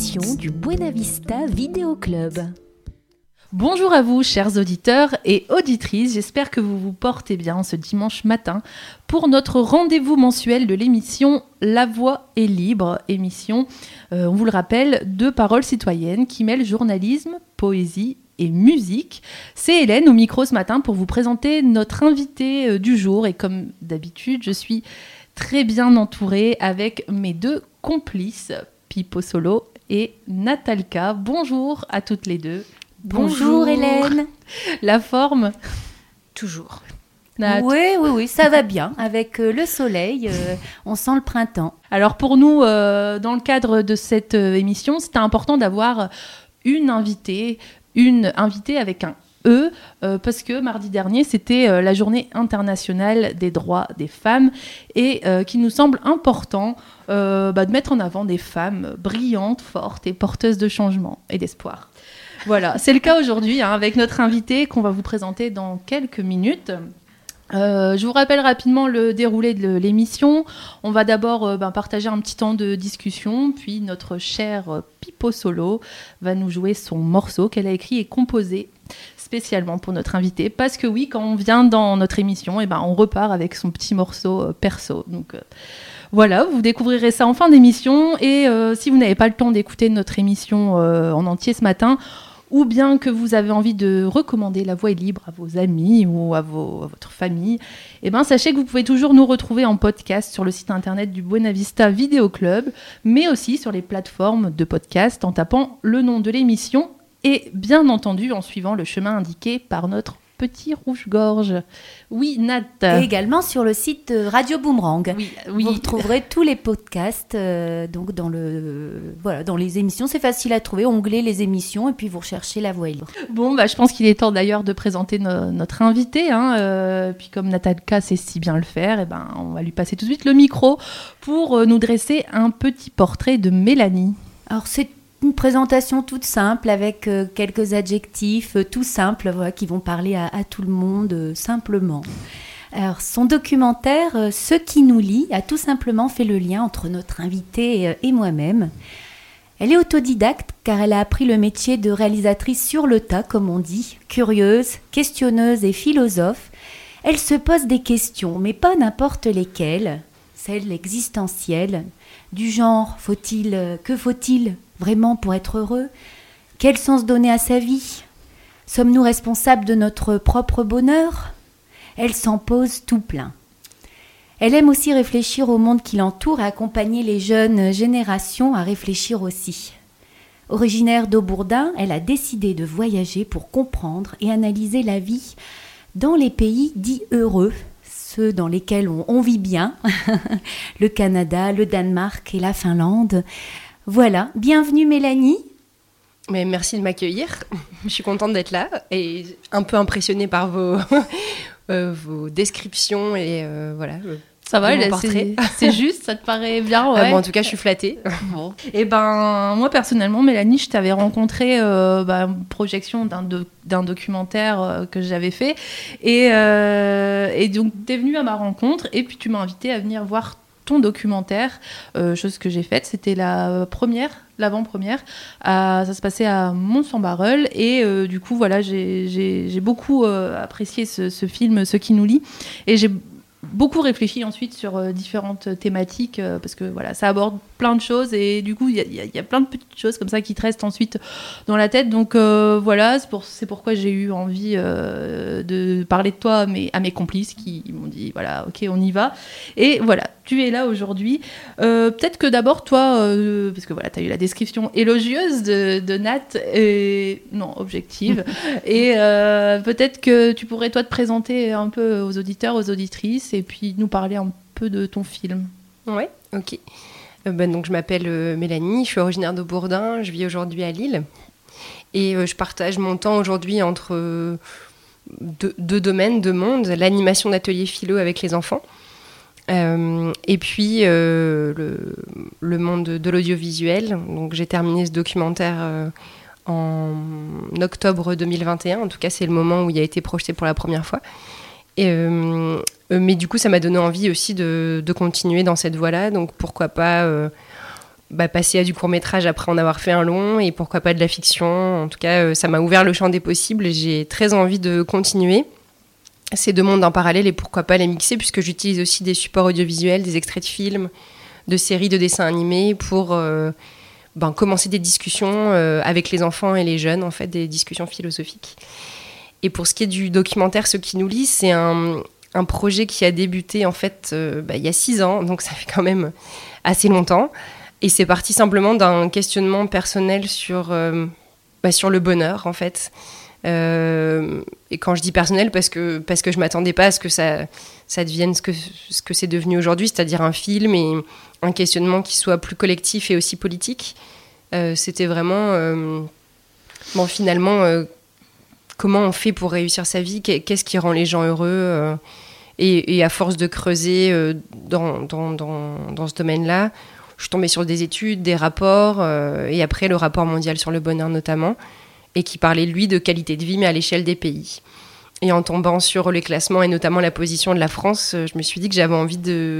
émission du Buena Vista Vidéo Club. Bonjour à vous, chers auditeurs et auditrices. J'espère que vous vous portez bien ce dimanche matin pour notre rendez-vous mensuel de l'émission La Voix est libre, émission, on vous le rappelle, de paroles citoyennes qui mêle journalisme, poésie et musique. C'est Hélène au micro ce matin pour vous présenter notre invité du jour. Et comme d'habitude, je suis très bien entourée avec mes deux complices, Pipo Solo et Natalka. Bonjour à toutes les deux. Bonjour Hélène. La forme? Toujours. Nat. Oui, ça va bien. Avec le soleil, on sent le printemps. Alors pour nous, dans le cadre de cette émission, c'était important d'avoir une invitée avec un E, parce que mardi dernier, c'était la journée internationale des droits des femmes et qu'il nous semble important de mettre en avant des femmes brillantes, fortes et porteuses de changement et d'espoir. Voilà, c'est le cas aujourd'hui avec notre invitée qu'on va vous présenter dans quelques minutes. Je vous rappelle rapidement le déroulé de l'émission. On va d'abord partager un petit temps de discussion, puis notre chère Pipo Solo va nous jouer son morceau qu'elle a écrit et composé spécialement pour notre invitée. Parce que oui, quand on vient dans notre émission, on repart avec son petit morceau perso. Donc voilà, vous découvrirez ça en fin d'émission. Et si vous n'avez pas le temps d'écouter notre émission en entier ce matin, ou bien que vous avez envie de recommander La Voix est libre à vos amis ou à votre famille, sachez que vous pouvez toujours nous retrouver en podcast sur le site internet du Buena Vista Vidéo Club, mais aussi sur les plateformes de podcast en tapant le nom de l'émission et bien entendu en suivant le chemin indiqué par notre petit rouge-gorge. Oui, Nat. Et également sur le site Radio Boomerang. Oui. Vous retrouverez tous les podcasts donc dans les émissions. C'est facile à trouver, onglet les émissions et puis vous recherchez La Voix est libre. Bon, je pense qu'il est temps d'ailleurs de présenter notre invité. Puis comme Natalka sait si bien le faire, on va lui passer tout de suite le micro pour nous dresser un petit portrait de Mélanie. Alors c'est une présentation toute simple avec quelques adjectifs tout simples qui vont parler à tout le monde simplement. Alors, son documentaire « Ce qui nous lie » a tout simplement fait le lien entre notre invité et moi-même. Elle est autodidacte car elle a appris le métier de réalisatrice sur le tas, comme on dit, curieuse, questionneuse et philosophe. Elle se pose des questions, mais pas n'importe lesquelles, celles existentielles, du genre que faut-il vraiment pour être heureux? Quel sens donner à sa vie? Sommes-nous responsables de notre propre bonheur? Elle s'en pose tout plein. Elle aime aussi réfléchir au monde qui l'entoure et accompagner les jeunes générations à réfléchir aussi. Originaire d'Aubourdin, elle a décidé de voyager pour comprendre et analyser la vie dans les pays dits heureux, ceux dans lesquels on vit bien, le Canada, le Danemark et la Finlande. Voilà, bienvenue Mélanie. Mais merci de m'accueillir, je suis contente d'être là et un peu impressionnée par vos descriptions et voilà. Ça va, c'est juste, ça te paraît bien, ouais. En tout cas, je suis flattée. Bon. Et moi personnellement, Mélanie, je t'avais rencontrée une projection d'un documentaire que j'avais fait et donc t'es venue à ma rencontre et puis tu m'as invitée à venir voir ton documentaire, chose que j'ai faite. C'était l'avant-première. Ça se passait à Mons-en-Barœul et du coup voilà, j'ai beaucoup apprécié ce film, Ce qui nous lie, et j'ai beaucoup réfléchi ensuite sur différentes thématiques parce que voilà, ça aborde plein de choses et du coup il y a plein de petites choses comme ça qui te restent ensuite dans la tête, donc voilà, c'est pourquoi j'ai eu envie de parler de toi à mes complices qui m'ont dit voilà, ok, on y va, et voilà, tu es là aujourd'hui. Peut-être que d'abord toi, parce que voilà, tu as eu la description élogieuse de Nat, et non, objective, et peut-être que tu pourrais toi te présenter un peu aux auditeurs, aux auditrices, et puis nous parler un peu de ton film. Ouais, ok. Donc je m'appelle Mélanie, je suis originaire d'Aubourdin, je vis aujourd'hui à Lille, et je partage mon temps aujourd'hui entre deux domaines, deux mondes, l'animation d'ateliers philo avec les enfants, et puis le monde de l'audiovisuel. Donc j'ai terminé ce documentaire en octobre 2021, en tout cas c'est le moment où il a été projeté pour la première fois. Mais du coup ça m'a donné envie aussi de continuer dans cette voie-là, donc pourquoi pas passer à du court-métrage après en avoir fait un long, et pourquoi pas de la fiction. En tout cas, ça m'a ouvert le champ des possibles et j'ai très envie de continuer ces deux mondes en parallèle et pourquoi pas les mixer, puisque j'utilise aussi des supports audiovisuels, des extraits de films, de séries, de dessins animés pour commencer des discussions avec les enfants et les jeunes, en fait, des discussions philosophiques. Et pour ce qui est du documentaire Ce qui nous lie, c'est un projet qui a débuté en fait il y a 6 ans, donc ça fait quand même assez longtemps. Et c'est parti simplement d'un questionnement personnel sur le bonheur, en fait. Et quand je dis personnel, parce que je m'attendais pas à ce que ça devienne ce que c'est devenu aujourd'hui, c'est-à-dire un film et un questionnement qui soit plus collectif et aussi politique. C'était vraiment finalement comment on fait pour réussir sa vie, qu'est-ce qui rend les gens heureux, et à force de creuser dans ce domaine-là, je suis tombée sur des études, des rapports, et après le rapport mondial sur le bonheur notamment, et qui parlait, lui, de qualité de vie, mais à l'échelle des pays. Et en tombant sur les classements, et notamment la position de la France, je me suis dit que j'avais envie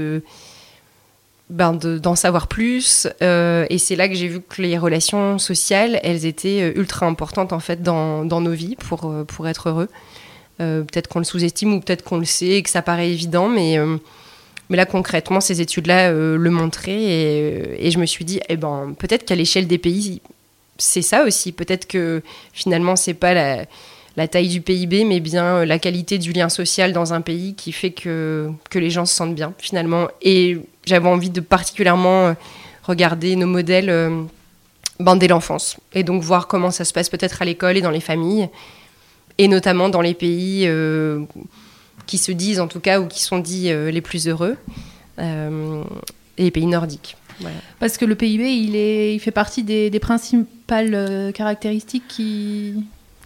d'en savoir plus. Et c'est là que j'ai vu que les relations sociales, elles étaient ultra importantes, en fait, dans nos vies, pour être heureux. Peut-être qu'on le sous-estime, ou peut-être qu'on le sait, et que ça paraît évident, mais là, concrètement, ces études-là le montraient. Et je me suis dit, peut-être qu'à l'échelle des pays, c'est ça aussi. Peut-être que finalement, c'est pas la taille du PIB, mais bien la qualité du lien social dans un pays qui fait que les gens se sentent bien, finalement. Et j'avais envie de particulièrement regarder nos modèles dès l'enfance. Et donc voir comment ça se passe peut-être à l'école et dans les familles. Et notamment dans les pays qui se disent, en tout cas, ou qui sont dits les plus heureux. Et les pays nordiques. Voilà. Parce que le PIB, il fait partie des principales caractéristiques qui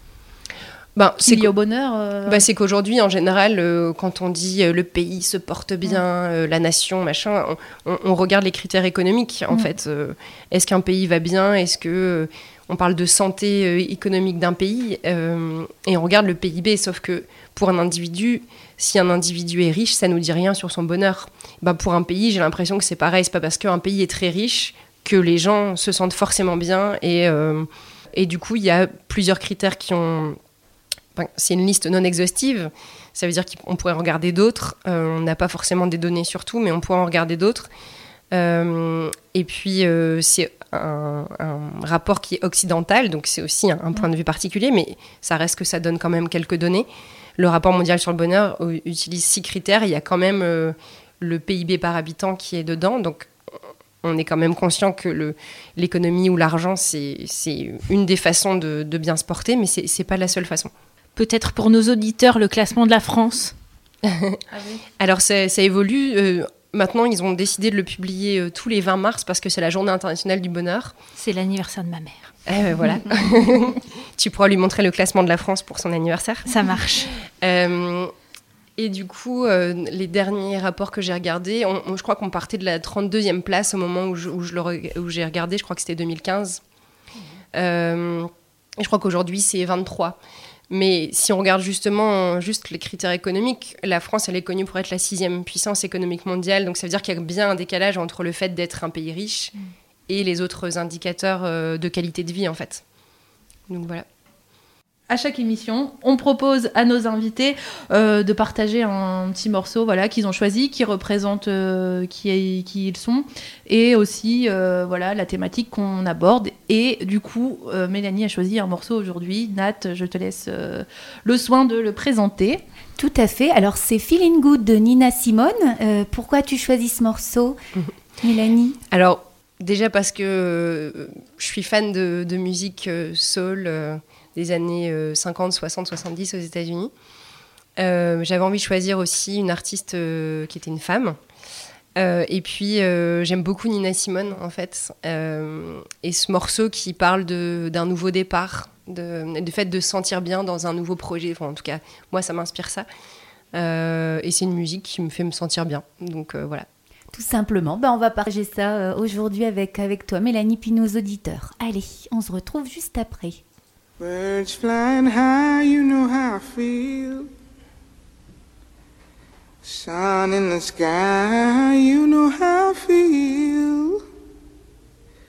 c'est lié au bonheur. C'est qu'aujourd'hui, en général, quand on dit le pays se porte bien, la nation, machin, on regarde les critères économiques, en fait. Est-ce qu'un pays va bien ? Est-ce que on parle de santé économique d'un pays et on regarde le PIB, sauf que pour un individu, si un individu est riche, ça nous dit rien sur son bonheur. Pour un pays, j'ai l'impression que c'est pareil. C'est pas parce qu'un pays est très riche que les gens se sentent forcément bien. Et du coup, il y a plusieurs critères qui ont... c'est une liste non exhaustive. Ça veut dire qu'on pourrait en regarder d'autres. On n'a pas forcément des données sur tout, mais on pourrait en regarder d'autres. Et puis, c'est un rapport qui est occidental, donc c'est aussi un point de vue particulier, mais ça reste que ça donne quand même quelques données. Le rapport mondial sur le bonheur utilise 6 critères. Il y a quand même le PIB par habitant qui est dedans, donc on est quand même conscient que l'économie ou l'argent, c'est une des façons de bien se porter, mais c'est pas la seule façon. Peut-être pour nos auditeurs, le classement de la France. Alors ça évolue. Maintenant, ils ont décidé de le publier tous les 20 mars parce que c'est la journée internationale du bonheur. C'est l'anniversaire de ma mère. Voilà. Tu pourras lui montrer le classement de la France pour son anniversaire. Ça marche. Et du coup, les derniers rapports que j'ai regardés, je crois qu'on partait de la 32e place au moment où j'ai regardé. Je crois que c'était 2015. Et je crois qu'aujourd'hui, c'est 23. Mais si on regarde juste les critères économiques, la France, elle est connue pour être la 6e puissance économique mondiale. Donc ça veut dire qu'il y a bien un décalage entre le fait d'être un pays riche et les autres indicateurs de qualité de vie, en fait. Donc voilà. À chaque émission, on propose à nos invités de partager un petit morceau qu'ils ont choisi, qui représente qui ils sont, et aussi la thématique qu'on aborde. Et du coup, Mélanie a choisi un morceau aujourd'hui. Nat, je te laisse le soin de le présenter. Tout à fait. Alors, c'est Feeling Good de Nina Simone. Pourquoi tu choisis ce morceau, Mélanie ? Alors, déjà parce que je suis fan de musique soul des années 50, 60, 70 aux États-Unis. J'avais envie de choisir aussi une artiste qui était une femme. Et puis, j'aime beaucoup Nina Simone, en fait. Et ce morceau qui parle d'un nouveau départ, du fait de se sentir bien dans un nouveau projet. Enfin, en tout cas, moi, ça m'inspire ça. Et c'est une musique qui me fait me sentir bien. Donc, voilà. Tout simplement. On va partager ça aujourd'hui avec toi, Mélanie, puis nos auditeurs. Allez, on se retrouve juste après. Birds flying high, you know how I feel. Sun in the sky, you know how I feel.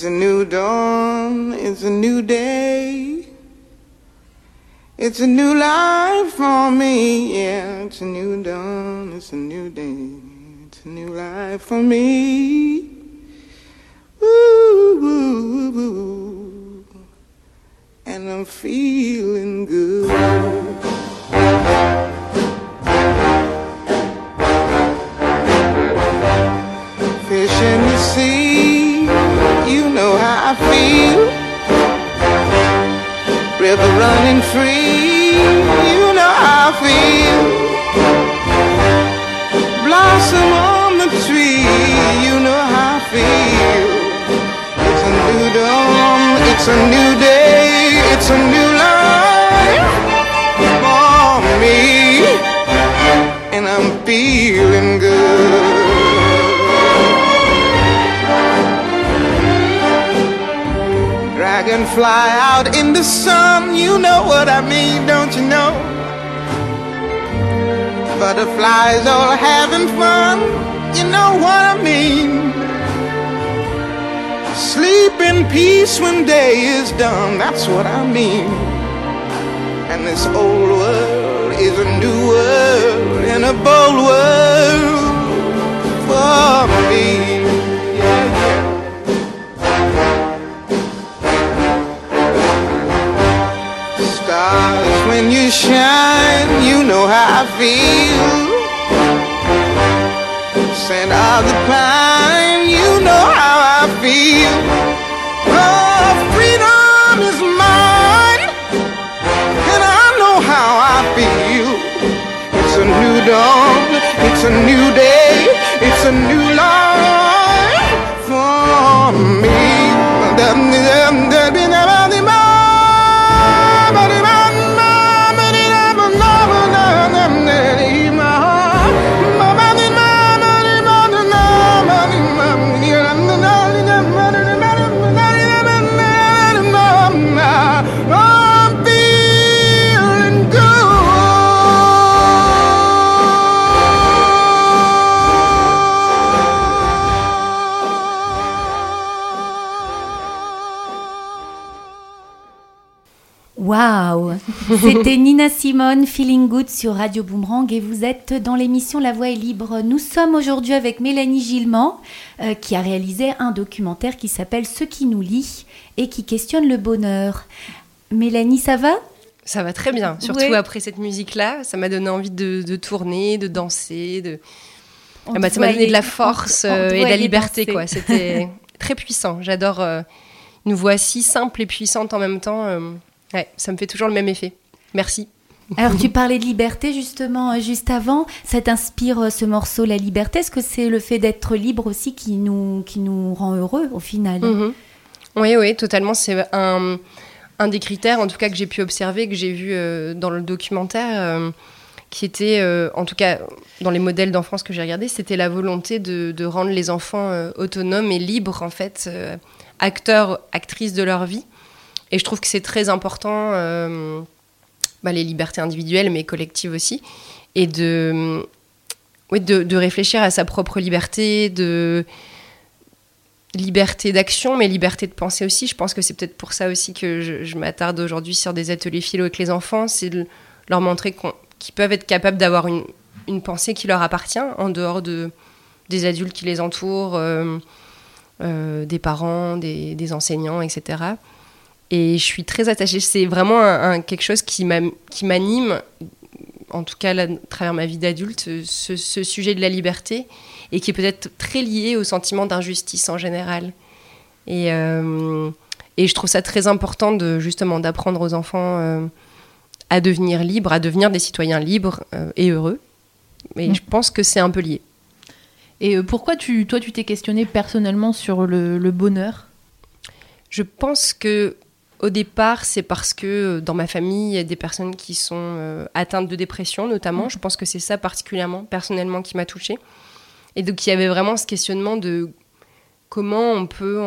It's a new dawn, it's a new day. It's a new life for me, yeah. It's a new dawn, it's a new day. It's a new life for me. Woo, woo, woo, woo. And I'm feeling good. Fish in the sea, you know how I feel. River running free, you know how I feel. Blossom on the tree, you know how I feel. It's a new dawn, it's a new day, it's a new life for me. And I'm feeling good. Dragonfly out in the sun, you know what I mean, don't you know? Butterflies all having fun, you know what I mean. Sleep in peace when day is done, that's what I mean. And this old world is a new world and a bold world for me. Stars, when you shine, you know how I feel. Scent of the pine, you know how I feel. Oh, freedom is mine, and I know how I feel. It's a new dawn, it's a new day, it's a new life for me. Waouh! C'était Nina Simone, Feeling Good sur Radio Boomerang et vous êtes dans l'émission La Voix est libre. Nous sommes aujourd'hui avec Mélanie Gilman qui a réalisé un documentaire qui s'appelle Ce qui nous lie et qui questionne le bonheur. Mélanie, ça va? Ça va très bien, surtout après cette musique-là. Ça m'a donné envie de tourner, de danser. Ça m'a donné de la force et de la liberté, quoi. C'était très puissant. J'adore une voix si simple et puissante en même temps. Ouais, ça me fait toujours le même effet. Merci. Alors, tu parlais de liberté, justement, juste avant. Ça t'inspire, ce morceau, la liberté. Est-ce que c'est le fait d'être libre aussi qui nous rend heureux, au final? Oui, totalement. C'est un des critères, en tout cas, que j'ai pu observer, que j'ai vu dans le documentaire, qui était, en tout cas, dans les modèles d'enfance que j'ai regardés, c'était la volonté de rendre les enfants autonomes et libres, en fait, acteurs, actrices de leur vie. Et je trouve que c'est très important, les libertés individuelles, mais collectives aussi, et de réfléchir à sa propre liberté, de liberté d'action, mais liberté de penser aussi. Je pense que c'est peut-être pour ça aussi que je m'attarde aujourd'hui sur des ateliers philo avec les enfants, c'est de leur montrer qu'ils peuvent être capables d'avoir une pensée qui leur appartient, en dehors des adultes qui les entourent, des parents, des enseignants, etc. Et je suis très attachée. C'est vraiment quelque chose qui m'anime, en tout cas là, à travers ma vie d'adulte, ce sujet de la liberté, et qui est peut-être très lié au sentiment d'injustice en général. Et je trouve ça très important justement d'apprendre aux enfants à devenir libres, à devenir des citoyens libres et heureux. Et je pense que c'est un peu lié. Et pourquoi tu t'es questionnée personnellement sur le bonheur? Je pense que au départ, c'est parce que dans ma famille, il y a des personnes qui sont atteintes de dépression, notamment. Je pense que c'est ça particulièrement, personnellement, qui m'a touchée. Et donc, il y avait vraiment ce questionnement de comment on peut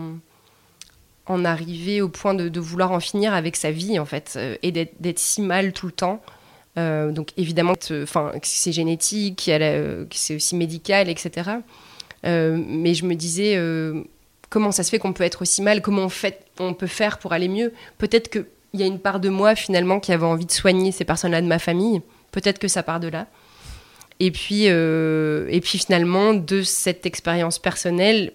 en arriver au point de vouloir en finir avec sa vie, en fait, et d'être si mal tout le temps. Donc, évidemment, que c'est génétique, que c'est aussi médical, etc. Mais je me disais... comment ça se fait qu'on peut être aussi mal, comment on peut faire pour aller mieux. Peut-être qu'il y a une part de moi, finalement, qui avait envie de soigner ces personnes-là de ma famille. Peut-être que ça part de là. Et puis finalement, de cette expérience personnelle,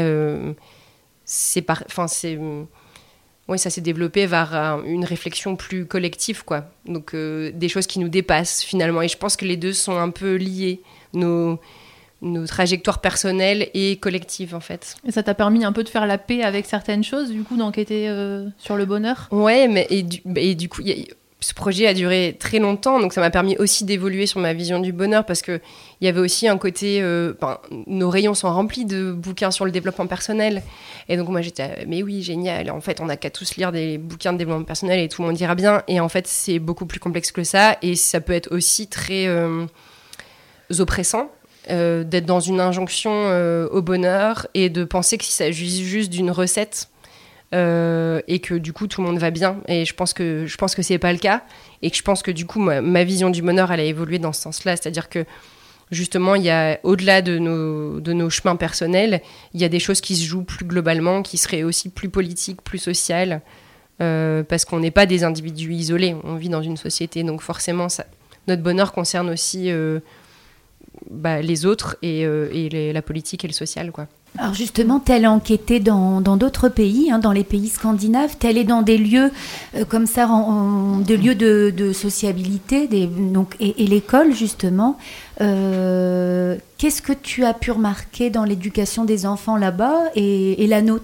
ça s'est développé vers une réflexion plus collective, quoi. Donc, des choses qui nous dépassent, finalement. Et je pense que les deux sont un peu liés, nos trajectoires personnelles et collectives, en fait. Et ça t'a permis un peu de faire la paix avec certaines choses, du coup, d'enquêter sur le bonheur ? Ouais, mais du coup, ce projet a duré très longtemps, donc ça m'a permis aussi d'évoluer sur ma vision du bonheur, parce qu'il y avait aussi un côté... nos rayons sont remplis de bouquins sur le développement personnel. Et donc moi, j'étais, mais oui, génial. En fait, on n'a qu'à tous lire des bouquins de développement personnel et tout le monde ira bien. Et en fait, c'est beaucoup plus complexe que ça. Et ça peut être aussi très oppressant. D'être dans une injonction au bonheur et de penser qu'il s'agit juste d'une recette et que du coup tout le monde va bien, et je pense que c'est pas le cas, et que je pense que du coup ma vision du bonheur, elle a évolué dans ce sens-là, c'est-à-dire que justement il y a, au-delà de nos chemins personnels, il y a des choses qui se jouent plus globalement, qui seraient aussi plus politiques, plus sociales, parce qu'on n'est pas des individus isolés, on vit dans une société, donc forcément notre bonheur concerne aussi les autres et la politique et le social, quoi. Alors justement, tu es allée enquêter dans d'autres pays, dans les pays scandinaves. Tu es allée dans des lieux comme ça, des lieux de sociabilité, et l'école, justement. Qu'est-ce que tu as pu remarquer dans l'éducation des enfants là-bas et la nôtre ?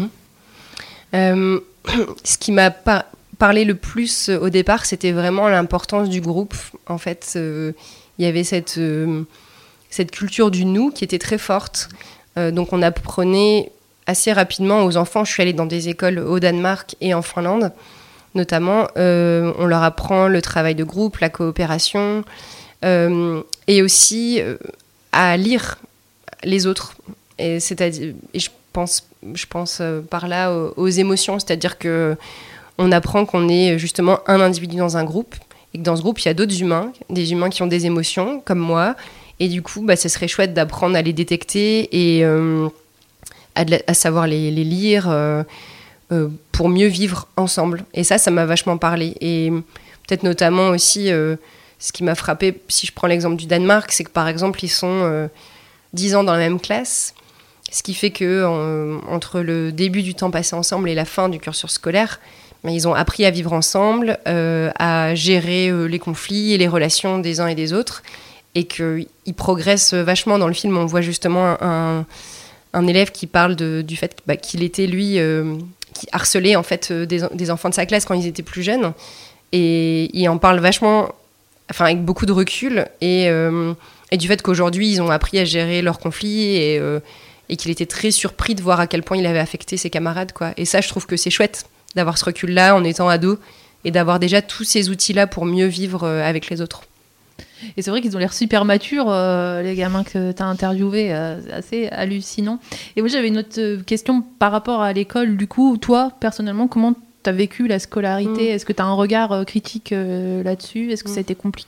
Ce qui m'a parlé le plus au départ, c'était vraiment l'importance du groupe. En fait, il y avait cette culture du « nous » qui était très forte. Donc on apprenait assez rapidement aux enfants. Je suis allée dans des écoles au Danemark et en Finlande, notamment. On leur apprend le travail de groupe, la coopération, et aussi à lire les autres. Et je pense par là aux émotions, c'est-à-dire qu'on apprend qu'on est justement un individu dans un groupe, et que dans ce groupe, il y a d'autres humains, des humains qui ont des émotions, comme moi. Et du coup, ce serait chouette d'apprendre à les détecter et à savoir les lire pour mieux vivre ensemble. Et ça m'a vachement parlé. Et peut-être notamment aussi, ce qui m'a frappé, si je prends l'exemple du Danemark, c'est que par exemple, ils sont 10 ans dans la même classe, ce qui fait que entre le début du temps passé ensemble et la fin du cursus scolaire, ils ont appris à vivre ensemble, à gérer les conflits et les relations des uns et des autres. Et qu'ils progressent vachement. Dans le film, on voit justement un élève qui parle du fait qu'il était, lui, qui harcelait en fait, des enfants de sa classe quand ils étaient plus jeunes. Et il en parle vachement, avec beaucoup de recul, et du fait qu'aujourd'hui, ils ont appris à gérer leurs conflits, et qu'il était très surpris de voir à quel point il avait affecté ses camarades, quoi. Et ça, je trouve que c'est chouette d'avoir ce recul-là en étant ado, et d'avoir déjà tous ces outils-là pour mieux vivre avec les autres. Et c'est vrai qu'ils ont l'air super matures, les gamins que tu as interviewés, assez hallucinant. Et moi, j'avais une autre question par rapport à l'école. Du coup, toi, personnellement, comment tu as vécu la scolarité ? Est-ce que tu as un regard critique là-dessus ? Est-ce que ça a été compliqué ?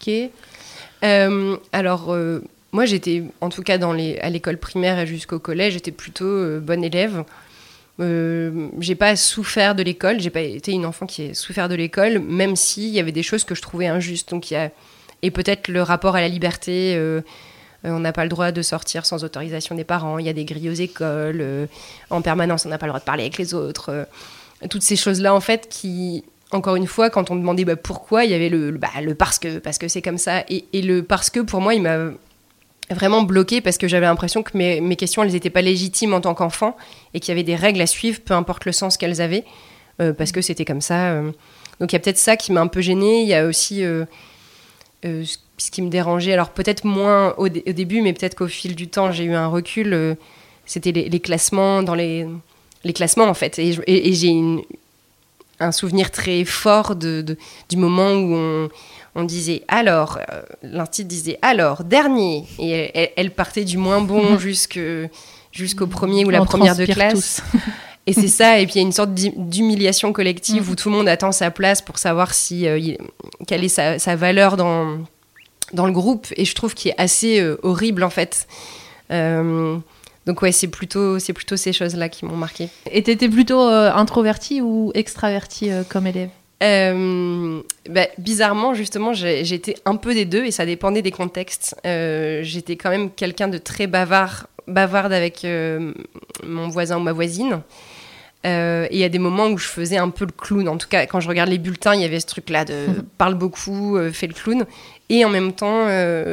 Moi, j'étais, en tout cas à l'école primaire et jusqu'au collège, j'étais plutôt bonne élève. J'ai pas souffert de l'école, j'ai pas été une enfant qui a souffert de l'école, même s'il y avait des choses que je trouvais injustes. Donc, et peut-être le rapport à la liberté, on n'a pas le droit de sortir sans autorisation des parents, il y a des grilles aux écoles, en permanence on n'a pas le droit de parler avec les autres, toutes ces choses-là en fait qui, encore une fois, quand on demandait pourquoi, il y avait le parce que c'est comme ça, et le parce que pour moi il m'a vraiment bloquée, parce que j'avais l'impression que mes questions elles n'étaient pas légitimes en tant qu'enfant, et qu'il y avait des règles à suivre, peu importe le sens qu'elles avaient, parce que c'était comme ça. Donc il y a peut-être ça qui m'a un peu gênée, il y a aussi... ce qui me dérangeait, alors peut-être moins au début, mais peut-être qu'au fil du temps, j'ai eu un recul, c'était les classements, dans les classements en fait. Et j'ai un souvenir très fort du moment où on disait alors, l'institut disait alors, dernier, et elle partait du moins bon jusqu'au premier ou la première de classe. Et c'est ça, et puis il y a une sorte d'humiliation collective où tout le monde attend sa place pour savoir quelle est sa valeur dans le groupe, et je trouve qu'il est assez horrible en fait. Donc ouais, c'est plutôt ces choses-là qui m'ont marquée. Et t'étais plutôt introvertie ou extravertie comme élève? Bizarrement, justement, j'étais un peu des deux et ça dépendait des contextes. J'étais quand même quelqu'un de très bavarde avec mon voisin ou ma voisine. Et il y a des moments où je faisais un peu le clown. En tout cas, quand je regarde les bulletins, il y avait ce truc-là de parle beaucoup, fais le clown. Et en même temps,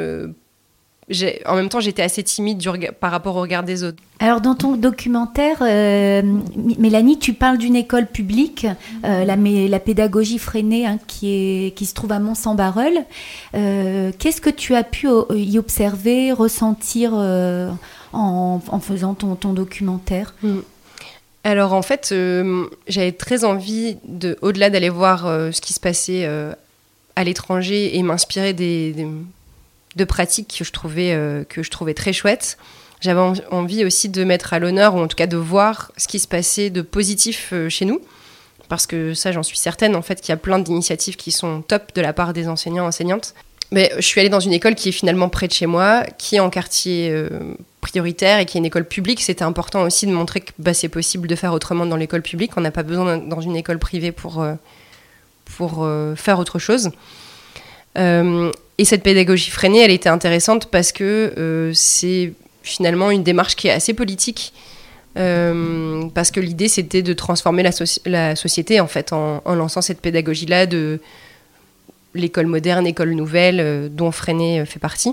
j'étais assez timide par rapport au regard des autres. Alors, dans ton documentaire, Mélanie, tu parles d'une école publique, la pédagogie freinée, hein, qui se trouve à Mont-Saint-Barreul. Qu'est-ce que tu as pu y observer, ressentir en faisant ton documentaire? Alors, en fait, j'avais très envie, au-delà d'aller voir ce qui se passait à l'étranger et m'inspirer de pratiques que je trouvais très chouettes. J'avais envie aussi de mettre à l'honneur, ou en tout cas de voir ce qui se passait de positif chez nous, parce que ça, j'en suis certaine, en fait, qu'il y a plein d'initiatives qui sont top de la part des enseignants, enseignantes. Mais je suis allée dans une école qui est finalement près de chez moi, qui est en quartier prioritaire et qui est une école publique. C'était important aussi de montrer que c'est possible de faire autrement dans l'école publique. On n'a pas besoin dans une école privée pour faire autre chose. Et cette pédagogie freinée, elle était intéressante parce que c'est finalement une démarche qui est assez politique, parce que l'idée, c'était de transformer la société, en fait, en lançant cette pédagogie-là de l'école moderne, école nouvelle, dont Freinet fait partie.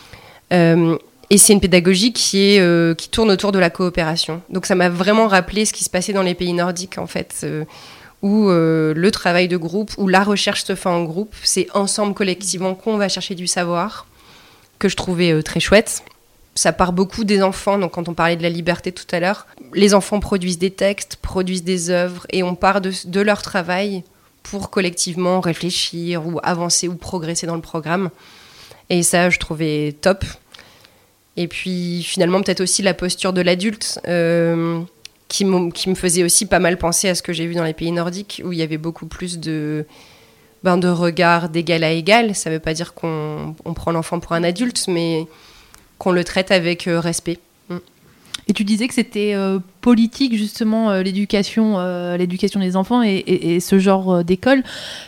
Et c'est une pédagogie qui tourne autour de la coopération. Donc ça m'a vraiment rappelé ce qui se passait dans les pays nordiques, en fait, où le travail de groupe, où la recherche se fait en groupe, c'est ensemble, collectivement, qu'on va chercher du savoir, que je trouvais très chouette. Ça part beaucoup des enfants, donc quand on parlait de la liberté tout à l'heure, les enfants produisent des textes, produisent des œuvres, et on part de leur travail pour collectivement réfléchir ou avancer ou progresser dans le programme. Et ça, je trouvais top. Et puis finalement, peut-être aussi la posture de l'adulte, qui me faisait aussi pas mal penser à ce que j'ai vu dans les pays nordiques, où il y avait beaucoup plus de regard d'égal à égal. Ça ne veut pas dire qu'on prend l'enfant pour un adulte, mais qu'on le traite avec respect. Et tu disais que c'était politique, justement, l'éducation des enfants et ce genre d'école.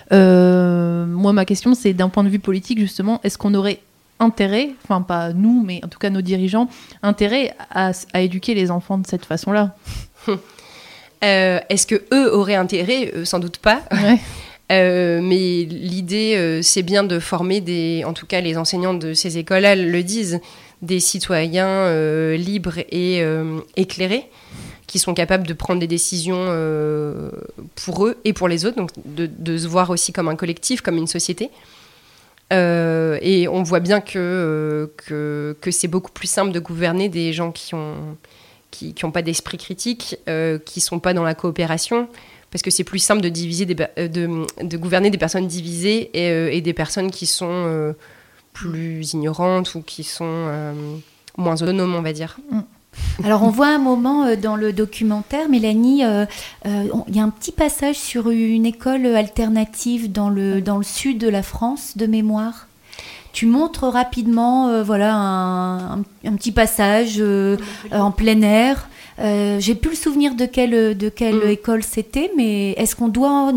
Moi, ma question, c'est d'un point de vue politique, justement, est-ce qu'on aurait intérêt, enfin pas nous, mais en tout cas nos dirigeants, intérêt à éduquer les enfants de cette façon-là? Est-ce que eux auraient intérêt? Sans doute pas. Ouais. Mais l'idée, c'est bien de former en tout cas les enseignants de ces écoles-là le disent, des citoyens libres et éclairés, qui sont capables de prendre des décisions pour eux et pour les autres, donc de se voir aussi comme un collectif, comme une société. Et on voit bien que c'est beaucoup plus simple de gouverner des gens qui ont pas d'esprit critique, qui sont pas dans la coopération, parce que c'est plus simple de diviser de gouverner des personnes divisées et des personnes qui sont plus ignorantes ou qui sont moins autonomes, on va dire. Alors on voit un moment dans le documentaire, Mélanie, il y a un petit passage sur une école alternative dans le sud de la France, de mémoire. Tu montres rapidement un petit passage en plein air. J'ai plus le souvenir de quelle école c'était, mais est-ce qu'on doit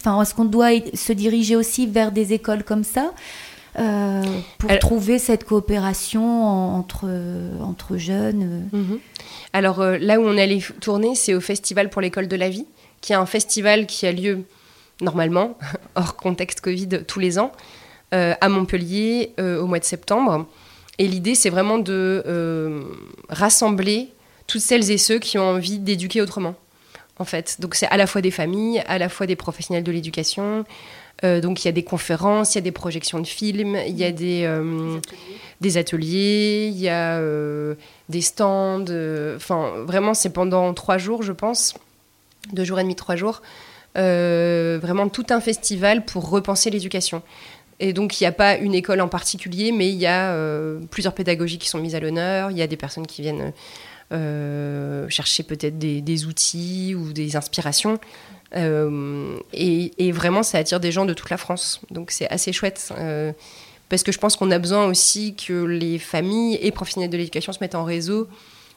se diriger aussi vers des écoles comme ça pour trouver cette coopération entre jeunes? Alors là où on est allé tourner, c'est au Festival pour l'école de la vie, qui est un festival qui a lieu normalement, hors contexte Covid, tous les ans, à Montpellier au mois de septembre. Et l'idée, c'est vraiment de rassembler toutes celles et ceux qui ont envie d'éduquer autrement, en fait. Donc c'est à la fois des familles, à la fois des professionnels de l'éducation. Donc il y a des conférences, il y a des projections de films, il y a des ateliers, il y a des stands. Enfin, vraiment, c'est pendant 3 jours, je pense. 2 jours et demi, 3 jours. Vraiment tout un festival pour repenser l'éducation. Et donc, il n'y a pas une école en particulier, mais il y a plusieurs pédagogies qui sont mises à l'honneur. Il y a des personnes qui viennent chercher peut-être des outils ou des inspirations. Et vraiment, ça attire des gens de toute la France. Donc, c'est assez chouette. Parce que je pense qu'on a besoin aussi que les familles et professionnels de l'éducation se mettent en réseau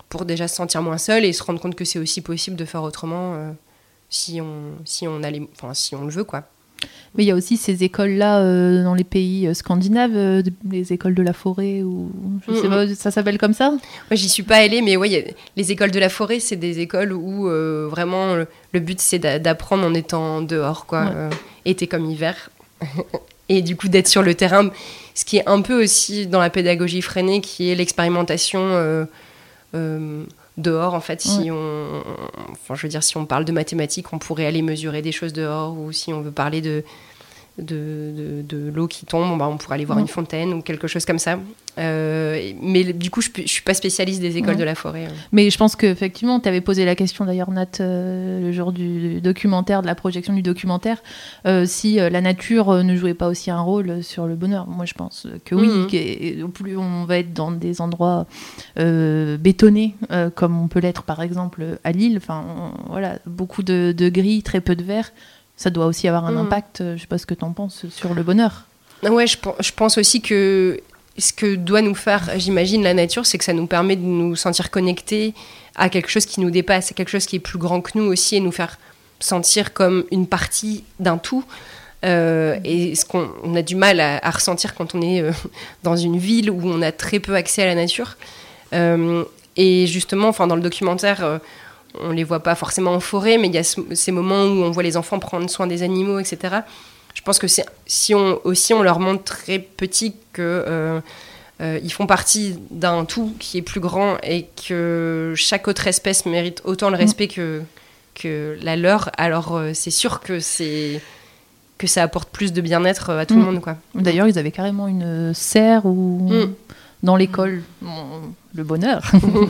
pour déjà se sentir moins seul et se rendre compte que c'est aussi possible de faire autrement si on le veut, quoi. Mais il y a aussi ces écoles-là dans les pays scandinaves, les écoles de la forêt, ou je sais pas, ça s'appelle comme ça ? Moi, j'y suis pas allée, mais ouais, les écoles de la forêt, c'est des écoles où vraiment le but, c'est d'apprendre en étant dehors, quoi, été comme hiver. Et du coup, d'être sur le terrain, ce qui est un peu aussi dans la pédagogie freinée, qui est l'expérimentation dehors, en fait. Si on parle de mathématiques, on pourrait aller mesurer des choses dehors, ou si on veut parler de l'eau qui tombe, on pourrait aller voir une fontaine ou quelque chose comme ça. Mais du coup, je suis pas spécialiste des écoles de la forêt. Mais je pense qu'effectivement, tu avais posé la question d'ailleurs, Nat, le jour du documentaire, de la projection du documentaire, si la nature ne jouait pas aussi un rôle sur le bonheur. Moi, je pense que oui. Et plus on va être dans des endroits bétonnés, comme on peut l'être par exemple à Lille, voilà, beaucoup de gris, très peu de vert. Ça doit aussi avoir un impact, je ne sais pas ce que tu en penses, sur le bonheur. Ouais, je pense aussi que ce que doit nous faire, j'imagine, la nature, c'est que ça nous permet de nous sentir connectés à quelque chose qui nous dépasse, à quelque chose qui est plus grand que nous aussi, et nous faire sentir comme une partie d'un tout. Et ce qu'on a du mal à ressentir quand on est dans une ville où on a très peu accès à la nature. Et justement, dans le documentaire... on les voit pas forcément en forêt, mais il y a ces moments où on voit les enfants prendre soin des animaux, etc. Je pense que si on leur montre très petit que ils font partie d'un tout qui est plus grand et que chaque autre espèce mérite autant le respect que la leur, alors c'est sûr que ça apporte plus de bien-être à tout le monde, quoi. D'ailleurs, ils avaient carrément une serre dans l'école, le bonheur.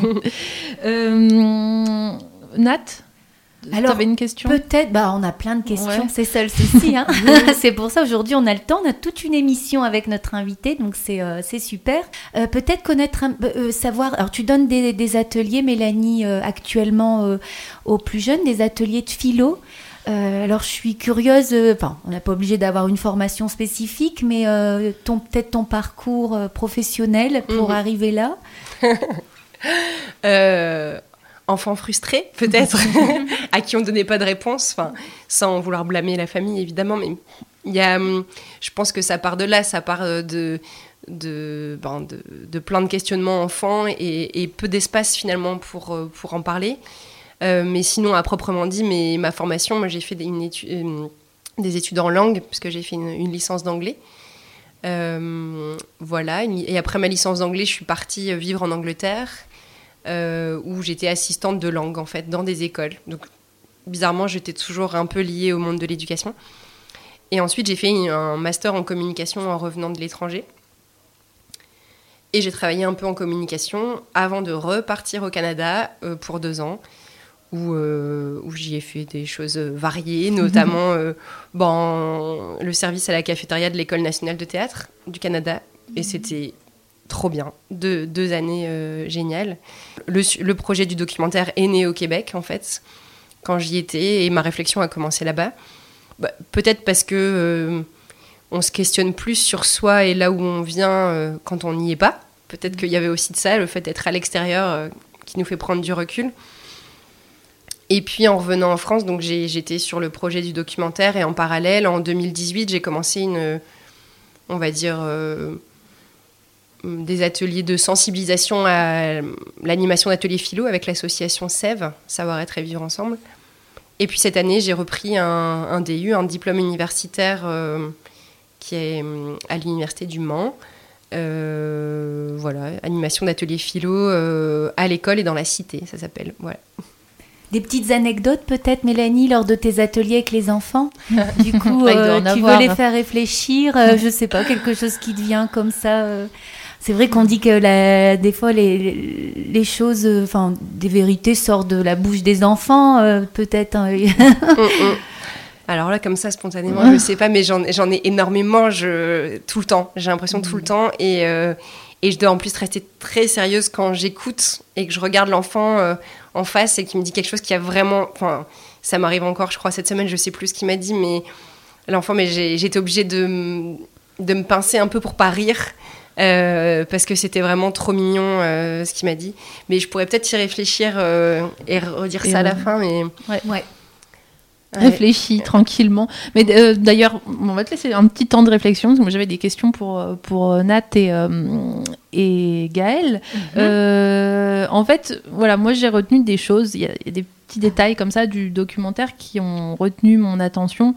Nat, alors, t'avais une question ? Peut-être, on a plein de questions, c'est ça le souci. Hein. C'est pour ça, aujourd'hui, on a le temps, on a toute une émission avec notre invité, donc c'est super. Peut-être connaître, savoir, alors tu donnes des ateliers, Mélanie, actuellement aux plus jeunes, des ateliers de philo. Alors, je suis curieuse, on n'est pas obligé d'avoir une formation spécifique, mais peut-être ton parcours professionnel pour arriver là. Enfant frustré, peut-être, à qui on ne donnait pas de réponse, sans vouloir blâmer la famille, évidemment, mais je pense que ça part de là, ça part de plein de questionnements enfants et peu d'espace, finalement, pour en parler. Mais sinon, à proprement dit, ma formation, moi, j'ai fait des études en langue, puisque j'ai fait une licence d'anglais. Voilà, et après ma licence d'anglais, je suis partie vivre en Angleterre, où j'étais assistante de langue, en fait, dans des écoles. Donc, bizarrement, j'étais toujours un peu liée au monde de l'éducation. Et ensuite, j'ai fait un master en communication en revenant de l'étranger. Et j'ai travaillé un peu en communication avant de repartir au Canada pour 2 ans, où j'y ai fait des choses variées, notamment le service à la cafétéria de l'École nationale de théâtre du Canada. Et c'était trop bien. 2 années géniales. Le projet du documentaire est né au Québec, en fait, quand j'y étais, et ma réflexion a commencé là-bas. Peut-être parce que on se questionne plus sur soi et là où on vient quand on n'y est pas. Peut-être qu'il y avait aussi de ça, le fait d'être à l'extérieur qui nous fait prendre du recul. Et puis en revenant en France, donc j'étais sur le projet du documentaire, et en parallèle, en 2018, j'ai commencé des ateliers de sensibilisation à l'animation d'ateliers philo avec l'association SEV, Savoir-être et vivre ensemble. Et puis cette année, j'ai repris un DU, un diplôme universitaire qui est à l'université du Mans. Voilà, animation d'ateliers philo à l'école et dans la cité, ça s'appelle. Voilà. Des petites anecdotes peut-être, Mélanie, lors de tes ateliers avec les enfants. Du coup, tu veux les faire réfléchir, je sais pas, quelque chose qui te vient comme ça. C'est vrai qu'on dit que des fois les choses, des vérités sortent de la bouche des enfants, peut-être. Alors là, comme ça, spontanément, je sais pas, mais j'en ai énormément tout le temps. J'ai l'impression tout le temps, et je dois en plus rester très sérieuse quand j'écoute et que je regarde l'enfant en face et qu'il me dit quelque chose qui a vraiment... ça m'arrive encore, je crois, cette semaine, je sais plus ce qu'il m'a dit, mais l'enfant, j'étais obligée de me pincer un peu pour pas rire, parce que c'était vraiment trop mignon ce qu'il m'a dit. Mais je pourrais peut-être y réfléchir et redire ça à la fin. Mais... Ouais. Réfléchis tranquillement. Mais d'ailleurs, on va te laisser un petit temps de réflexion, parce que moi j'avais des questions pour Nat et Gaëlle. En fait, voilà, moi j'ai retenu des choses. Il y a des petits détails comme ça du documentaire qui ont retenu mon attention.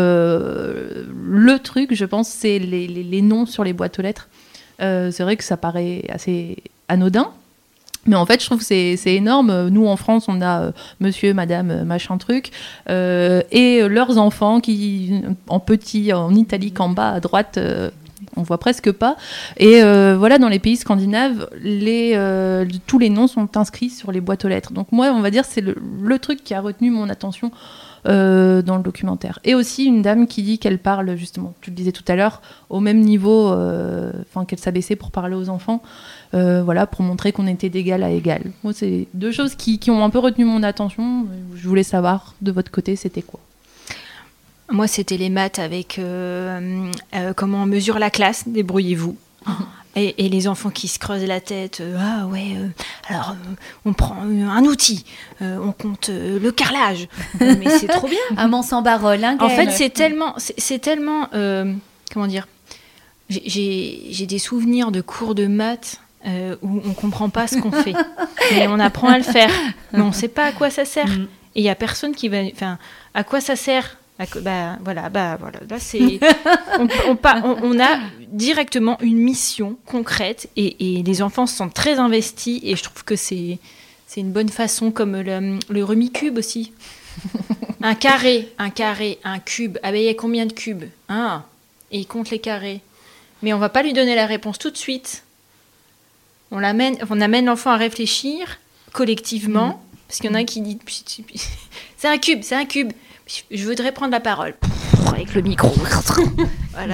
Le truc, je pense, c'est les noms sur les boîtes aux lettres. C'est vrai que ça paraît assez anodin. Mais en fait, je trouve que c'est énorme. Nous, en France, on a monsieur, madame, machin truc, et leurs enfants qui, en petit, en italique, en bas, à droite, on voit presque pas. Et voilà, dans les pays scandinaves, tous les noms sont inscrits sur les boîtes aux lettres. Donc moi, on va dire, c'est le truc qui a retenu mon attention dans le documentaire. Et aussi une dame qui dit qu'elle parle, justement, tu le disais tout à l'heure, au même niveau, qu'elle s'abaissait pour parler aux enfants. Voilà, pour montrer qu'on était d'égal à égal. Moi, c'est deux choses qui ont un peu retenu mon attention. Je voulais savoir, de votre côté, c'était quoi ? Moi, c'était les maths avec comment on mesure la classe, débrouillez-vous. Et les enfants qui se creusent la tête, alors on prend un outil, on compte le carrelage. Mais c'est trop bien. Un Mans-sans-Barol, hein, En fait, c'est tellement comment dire, j'ai des souvenirs de cours de maths où on comprend pas ce qu'on fait, mais on apprend à le faire, mais on sait pas à quoi ça sert. Et il y a personne qui va, enfin, à quoi ça sert? Voilà, là c'est, on a directement une mission concrète et les enfants se sentent très investis et je trouve que c'est une bonne façon, comme le Rumicube aussi. Un carré, un cube. Ah ben il y a combien de cubes? Et il compte les carrés. Mais on va pas lui donner la réponse tout de suite. On amène l'enfant à réfléchir collectivement, parce qu'il y en a qui dit c'est un cube. Je voudrais prendre la parole avec le micro. Voilà,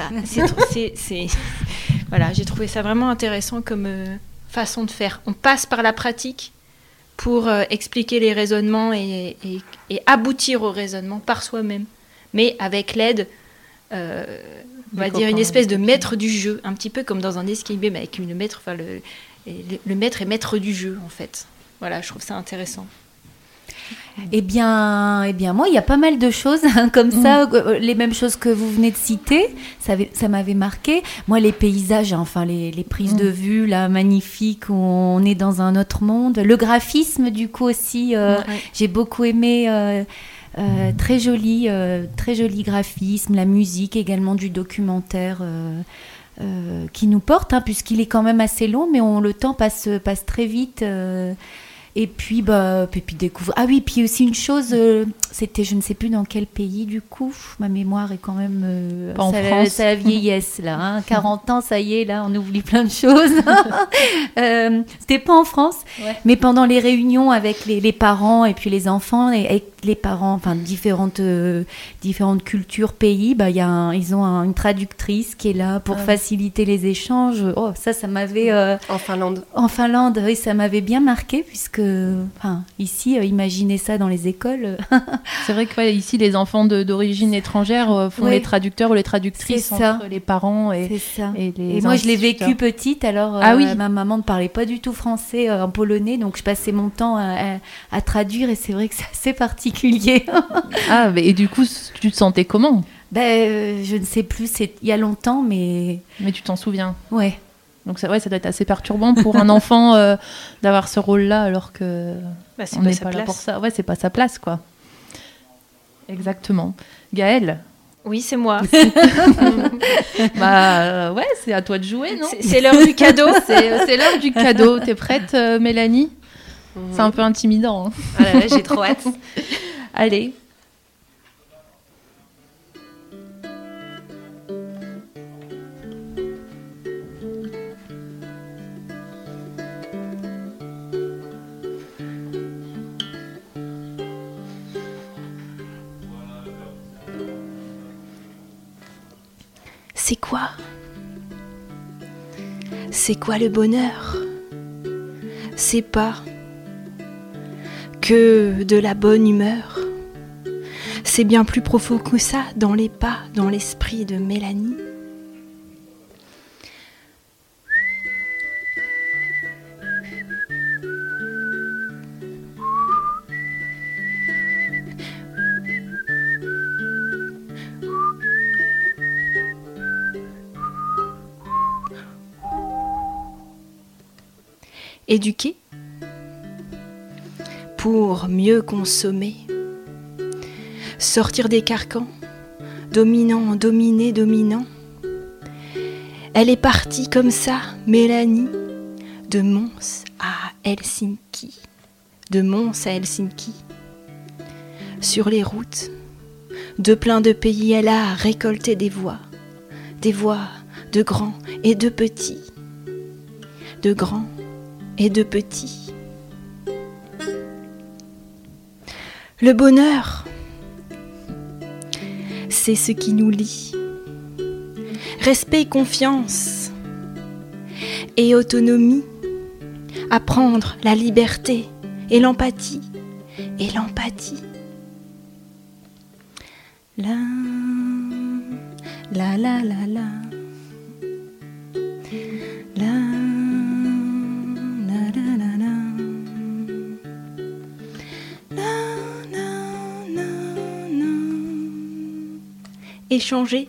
voilà, j'ai trouvé ça vraiment intéressant comme façon de faire. On passe par la pratique pour expliquer les raisonnements et aboutir au raisonnement par soi-même, mais avec l'aide, on va dire une espèce de maître du jeu, un petit peu comme dans un escape game avec le maître, enfin le maître est maître du jeu en fait. Voilà, je trouve ça intéressant. Eh bien, moi, il y a pas mal de choses comme ça, les mêmes choses que vous venez de citer, ça m'avait marqué. Moi, les paysages, enfin, les prises de vue, là, magnifiques, où on est dans un autre monde. Le graphisme, du coup, aussi, j'ai beaucoup aimé, très joli graphisme, la musique également du documentaire qui nous porte, puisqu'il est quand même assez long, mais le temps passe très vite. Et puis découvrir. Ah oui, puis aussi une chose, c'était, je ne sais plus dans quel pays du coup, ma mémoire est quand même... Pas en France. C'est la vieillesse là, 40 ans, ça y est, là, on oublie plein de choses. C'était pas en France, mais pendant les réunions avec les parents et puis les enfants, et avec les parents, enfin différentes cultures, pays, ils ont une traductrice qui est là pour faciliter les échanges. Oh, ça m'avait... En Finlande. En Finlande, oui, ça m'avait bien marqué, puisque ici, imaginez ça dans les écoles. C'est vrai que ici, les enfants d'origine étrangère font les traducteurs ou les traductrices entre les parents et les moi, je l'ai vécu petite, alors ma maman ne parlait pas du tout français en polonais, donc je passais mon temps à traduire, et c'est vrai que c'est assez particulier. Et du coup, tu te sentais comment? Je ne sais plus, c'est il y a longtemps, mais... Mais tu t'en souviens? Ouais. Donc ça doit être assez perturbant pour un enfant d'avoir ce rôle-là, alors que on n'est pas là pour ça. Ouais, c'est pas sa place, quoi. Exactement. Gaëlle? Oui, c'est moi. C'est à toi de jouer, non? C'est l'heure du cadeau. C'est l'heure du cadeau. T'es prête, Mélanie? C'est un peu intimidant. Ah là là, j'ai trop hâte. Allez. C'est quoi? C'est quoi le bonheur? C'est pas que de la bonne humeur. C'est bien plus profond que ça, dans les pas, dans l'esprit de Mélanie. éduquer pour mieux consommer, sortir des carcans, dominant, dominé, dominant. Elle est partie comme ça, Mélanie, de Mons à Helsinki, de Mons à Helsinki. Sur les routes de plein de pays, elle a récolté des voix de grands et de petits, de grands et de petits. Le bonheur, c'est ce qui nous lie. Respect, confiance et autonomie. Apprendre la liberté et l'empathie. Et l'empathie. La la la la la. La la la la la. La la la la. Échanger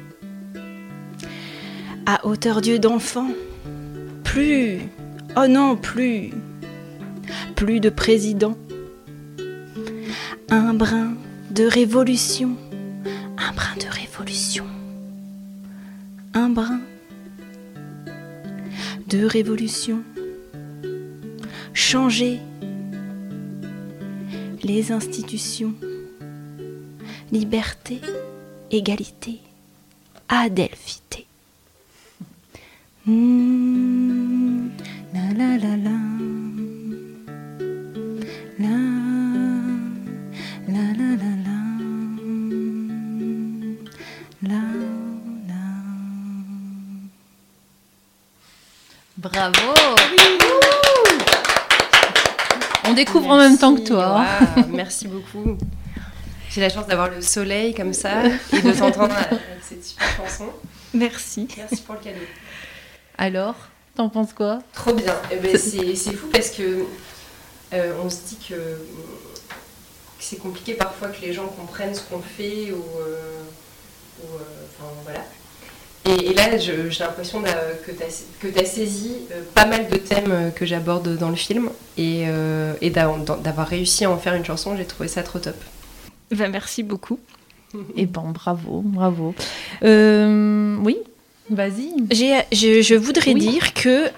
à hauteur d'yeux d'enfant. Plus, oh non, plus de président. Un brin de révolution, un brin de révolution, un brin de révolution. Changer les institutions. Liberté, égalité, adelphité. La la la la. La la la la la. La la. Bravo. On découvre en même temps que toi. Wow, merci beaucoup. J'ai la chance d'avoir le soleil comme ça et de t'entendre avec cette super chanson. Merci. Merci pour le cadeau. Alors, t'en penses quoi? Trop bien. Eh ben, c'est fou parce que on se dit que c'est compliqué parfois que les gens comprennent ce qu'on fait ou enfin, voilà. Et là, j'ai l'impression que tu as saisi pas mal de thèmes que j'aborde dans le film et d'avoir réussi à en faire une chanson. J'ai trouvé ça trop top. Ben, merci beaucoup. Eh ben, bravo, bravo. Oui, vas-y. Je voudrais dire que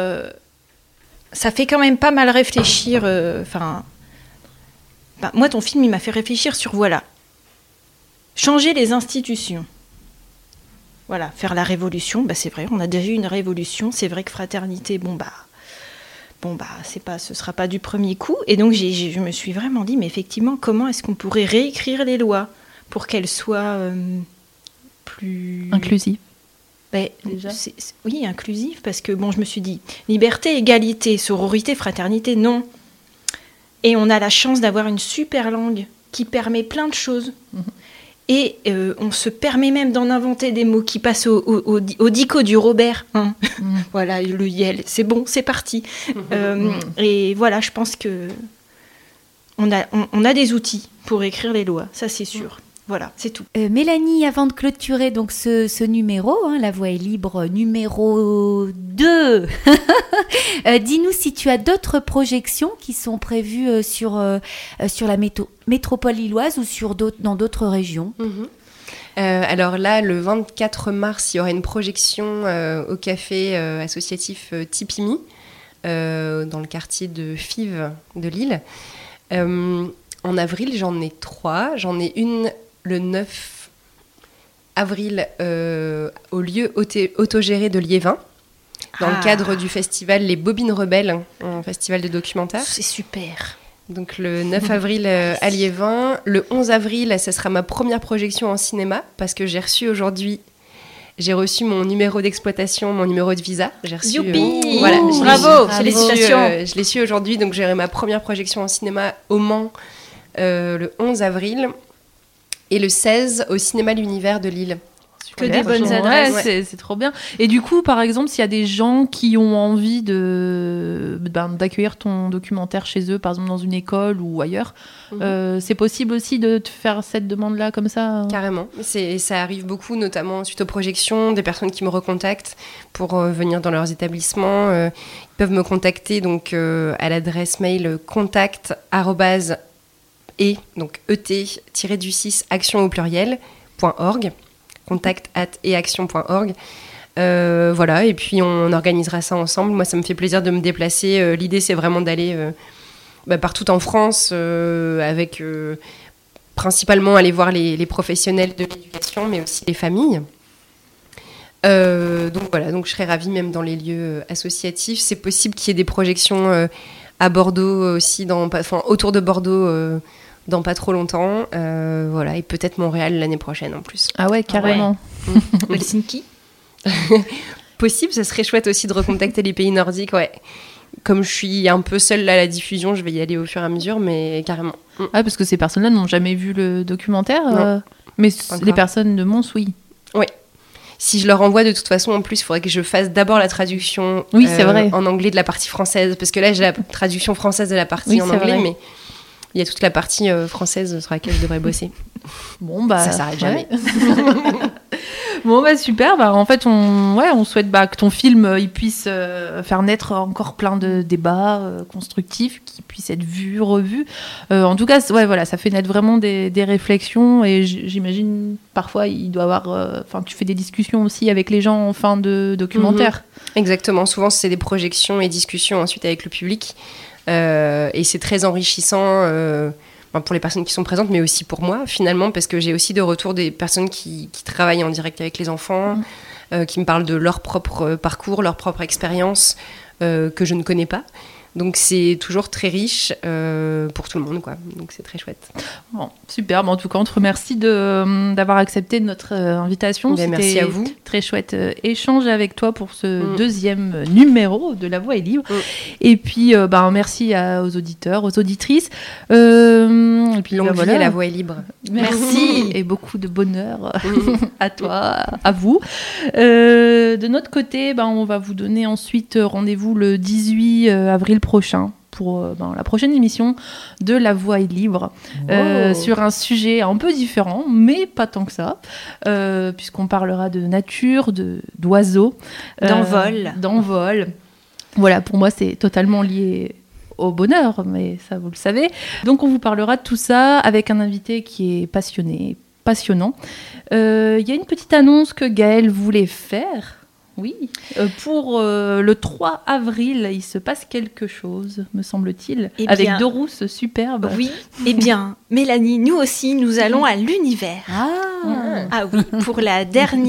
ça fait quand même pas mal réfléchir. Moi, ton film, il m'a fait réfléchir sur, voilà, changer les institutions. Voilà, faire la révolution, c'est vrai, on a déjà eu une révolution. C'est vrai que fraternité, ce sera pas du premier coup. Et donc, je me suis vraiment dit, mais effectivement, comment est-ce qu'on pourrait réécrire les lois pour qu'elles soient plus... Inclusive. Déjà. Oui, inclusive, parce que, je me suis dit, liberté, égalité, sororité, fraternité, non. Et on a la chance d'avoir une super langue qui permet plein de choses. Mmh. Et on se permet même d'en inventer des mots qui passent au dico du Robert. Hein. Mmh. Voilà, le yel, c'est bon, c'est parti. Et voilà, je pense que on a des outils pour écrire les lois, ça c'est sûr. Voilà, c'est tout. Mélanie, avant de clôturer donc ce numéro, La Voix est libre numéro 2, dis-nous si tu as d'autres projections qui sont prévues sur la métropole lilloise ou dans d'autres régions. Alors là, le 24 mars, il y aura une projection au café associatif Tipimi, dans le quartier de Fives de Lille. En avril, j'en ai 3. J'en ai une le 9 avril au lieu autogéré de Liévin, dans le cadre du festival Les Bobines Rebelles, un festival de documentaire. C'est super. Donc le 9 avril à Liévin. Le 11 avril, ça sera ma première projection en cinéma, parce que j'ai reçu mon numéro d'exploitation, mon numéro de visa. J'ai reçu. Youpi voilà, bravo, félicitations. Je l'ai su aujourd'hui, donc j'aurai ma première projection en cinéma au Mans le 11 avril. Et le 16 au cinéma L'Univers de Lille, Que des bonnes Ouais, adresses. c'est trop bien. Et du coup, par exemple, s'il y a des gens qui ont envie d'accueillir ton documentaire chez eux, par exemple dans une école ou ailleurs, c'est possible aussi de te faire cette demande-là comme ça Carrément. Ça arrive beaucoup, notamment suite aux projections, des personnes qui me recontactent pour venir dans leurs établissements. Ils peuvent me contacter donc, à l'adresse mail contact@ donc et-du6 action au pluriel.org, contact@action.org. Voilà, et puis on organisera ça ensemble. Moi, ça me fait plaisir de me déplacer. L'idée, c'est vraiment d'aller partout en France, avec principalement aller voir les professionnels de l'éducation, mais aussi les familles. Donc voilà, donc je serais ravie même dans les lieux associatifs. C'est possible qu'il y ait des projections à Bordeaux aussi, autour de Bordeaux dans pas trop longtemps. Voilà, et peut-être Montréal l'année prochaine en plus. Ah ouais, carrément. Helsinki. Possible, ça serait chouette aussi de recontacter les pays nordiques, ouais. Comme je suis un peu seule là à la diffusion, je vais y aller au fur et à mesure, mais carrément. Ah, parce que ces personnes-là n'ont jamais vu le documentaire, Non, mais encore. les personnes de Mons, oui. Oui. Si je leur envoie, de toute façon, en plus, il faudrait que je fasse d'abord la traduction Oui, c'est vrai. en anglais de la partie française, parce que là, j'ai la traduction française de la partie Oui, en c'est anglais, vrai. mais il y a toute la partie française sur laquelle je devrais bosser. Bon, bah, Ça s'arrête jamais. Bon, bah super. Bah, en fait, on souhaite que ton film il puisse faire naître encore plein de débats constructifs qui puissent être vus, revus. En tout cas, ouais, voilà, ça fait naître vraiment des réflexions et j'imagine parfois il doit avoir. Tu fais des discussions aussi avec les gens en fin de documentaire. Exactement. Souvent, c'est des projections et discussions ensuite avec le public. Et c'est très enrichissant pour les personnes qui sont présentes, mais aussi pour moi, finalement, parce que j'ai aussi de retour des personnes qui travaillent en direct avec les enfants, qui me parlent de leur propre parcours, leur propre expérience, que je ne connais pas. Donc c'est toujours très riche pour tout le monde, quoi. Donc c'est très chouette. Bon, super. Bon, en tout cas, on te remercie d'avoir accepté notre invitation. Bien, merci à vous. Très chouette échange avec toi pour ce deuxième numéro de La Voix est libre. Et puis, merci aux auditeurs, aux auditrices. Et puis, longue vie à La Voix est libre. Merci et beaucoup de bonheur à toi, à vous. De notre côté, on va vous donner ensuite rendez-vous le 18 avril prochain pour la prochaine émission de La Voix est libre, sur un sujet un peu différent, mais pas tant que ça, puisqu'on parlera de nature, d'oiseaux, d'envol. Voilà, pour moi, c'est totalement lié au bonheur, mais ça, vous le savez. Donc, on vous parlera de tout ça avec un invité qui est passionnant. Il y a une petite annonce que Gaëlle voulait faire. Oui, pour le 3 avril, il se passe quelque chose, me semble-t-il, avec deux rousses superbes. Oui, eh bien, Mélanie, nous aussi, nous allons à l'univers. Ah oui, pour le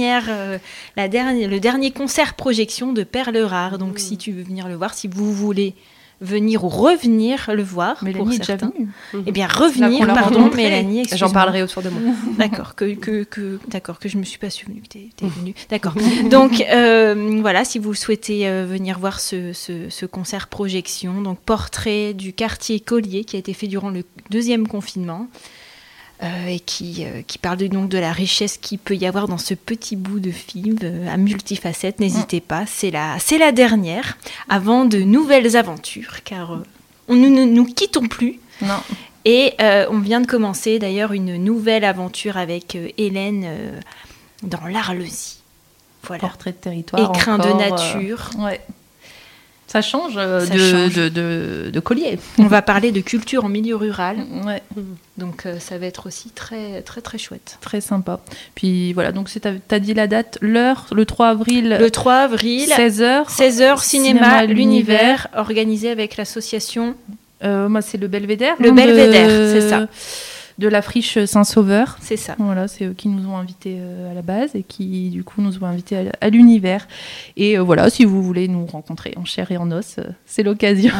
dernier concert projection de Perle Rare. Donc, si tu veux venir le voir, si vous voulez venir ou revenir le voir, Mélanie pour est déjà certains. venue. Eh bien, revenir, Mélanie, excuse-moi. J'en parlerai autour de moi. D'accord, que je me suis pas souvenue que t'es venue. D'accord. Donc, voilà, si vous souhaitez venir voir ce concert projection, donc portrait du quartier Collier qui a été fait durant le deuxième confinement, et qui parle donc de la richesse qu'il peut y avoir dans ce petit bout de film à multifacettes. N'hésitez pas, c'est la dernière, avant de nouvelles aventures, car nous ne nous quittons plus. Non. Et on vient de commencer d'ailleurs une nouvelle aventure avec Hélène dans l'Arlesie. Voilà. Portrait de territoire. Écrin encore, de nature. Ouais. Ça change de Collier. On va parler de culture en milieu rural. Ouais. Donc ça va être aussi très, très, très chouette. Très sympa. Puis voilà, donc t'as dit la date, l'heure, le 3 avril. Le 3 avril, 16h. 16h, cinéma l'univers, organisé avec l'association... Moi, c'est le Belvédère. Le Belvédère, c'est ça. De la friche Saint-Sauveur. C'est ça. Voilà, c'est eux qui nous ont invités à la base et qui, du coup, nous ont invités à l'univers. Et voilà, si vous voulez nous rencontrer en chair et en os, c'est l'occasion.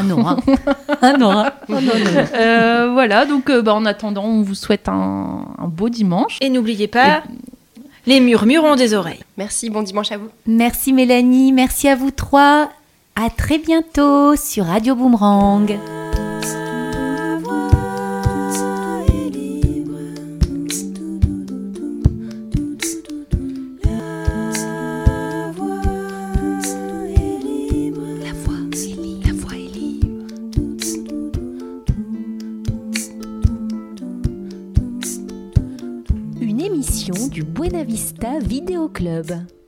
Voilà, donc en attendant, on vous souhaite un beau dimanche. Et n'oubliez pas, les murmures ont des oreilles. Merci, bon dimanche à vous. Merci Mélanie, merci à vous trois. À très bientôt sur Radio Boomerang. émission du Buena Vista Vidéo Club.